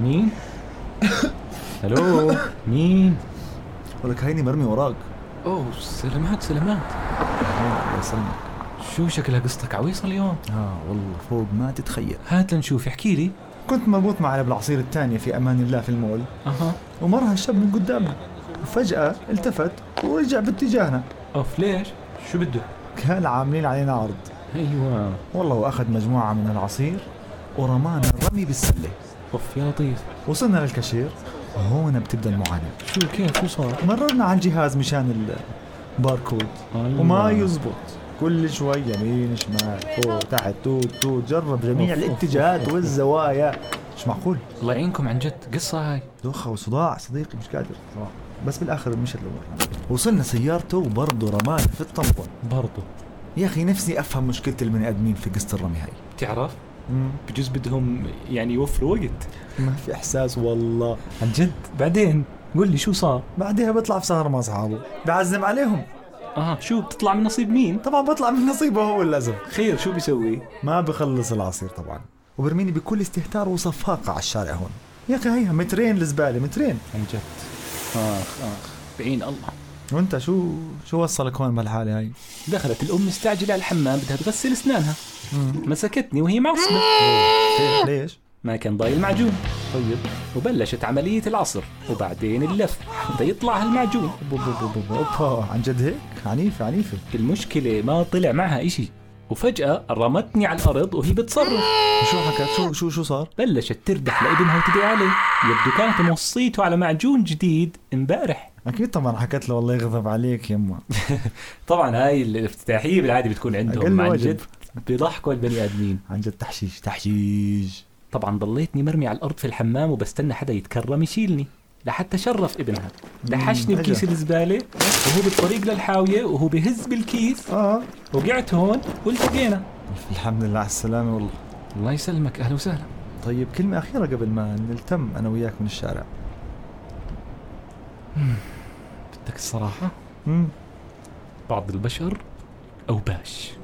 مين؟ الو مين؟ ولك هيني مرمي وراك. اوه سلامات. الله يسلمك. شو شكلها قصتك عويصة اليوم؟ والله فوق ما تتخيل. هات لنشوف، احكي لي. كنت مربوط مع علب العصير الثانية في أمان الله في المول. ومر هالشاب من قدامنا وفجأة التفت ورجع باتجاهنا. اوف ليش؟ شو بده؟ كان عاملين علينا عرض. ايوه والله وأخذ مجموعة من العصير ورمانا الرمي بالسلة. اوف يا لطيف. وصلنا للكاشير وهون بتبدأ المعاناة. شو كيف شو صار؟ مررنا على الجهاز مشان الباركود. وما يزبط، كل شوي يمين شمال فوق تحت توت جرب جميع الاتجاهات والزوايا. مش معقول. الله يعينكم عن جد، قصة هاي دوخة وصداع صديقي، مش قادر صراحة. بس بالآخر مشت الأمور. وصلنا سيارته وبرضه رمانا في الطنبون. برضو يا أخي نفسي أفهم مشكلة البني آدمين في قصة الرمي هاي. تعرف بجوز بدهم يعني يوفروا وقت. ما في إحساس والله عن جد. بعدين قول لي شو صار. بعدها بطلع في سهرة مع أصحابه بعزم عليهم. شو بتطلع من نصيب مين؟ طبعا بطلع من نصيبه هو اللازم. خير شو بيسوي؟ ما بخلص العصير طبعا وبرميني بكل استهتار وصفاقة على الشارع هون. يا أخي هيها مترين الزبالة، مترين عن جد. بعين الله. وانت شو وصلك هون بهالحالة هاي؟ دخلت الأم مستعجلة على الحمام بدها تغسل أسنانها. مسكتني وهي معصمة. ليش؟ ما كان ضايل معجون. طيب. وبلشت عملية العصر وبعدين اللف حتى يطلع هالمعجون. اوبا عن جد هيك؟ عنيفة. المشكلة ما طلع معها اشي وفجأة رمتني على الأرض وهي بتصرخ. شو حكت؟ شو صار؟ بلشت تردح لابنها وتدعي عليه. يبدو كانت موصيته على معجون جديد امبارح. اكيد طبعا حكت له والله يغضب عليك يما. طبعا هاي الافتتاحية بالعادة بتكون عندهم عن جد بيضحكوا البني آدمين. عن جد تحشيش. طبعا ضليتني مرمي على الأرض في الحمام وبستنى حدا يتكرم يشيلني لحتى شرف ابنها. دحشني بكيس الزبالة وهو بالطريق للحاوية وهو بهز بالكيس. وقعت هون والتقينا. الحمد لله على السلامة. والله الله يسلمك، أهلا وسهلا. طيب كلمة أخيرة قبل ما نلتم أنا وياك من الشارع. بدك الصراحة؟ بعض البشر أوباش.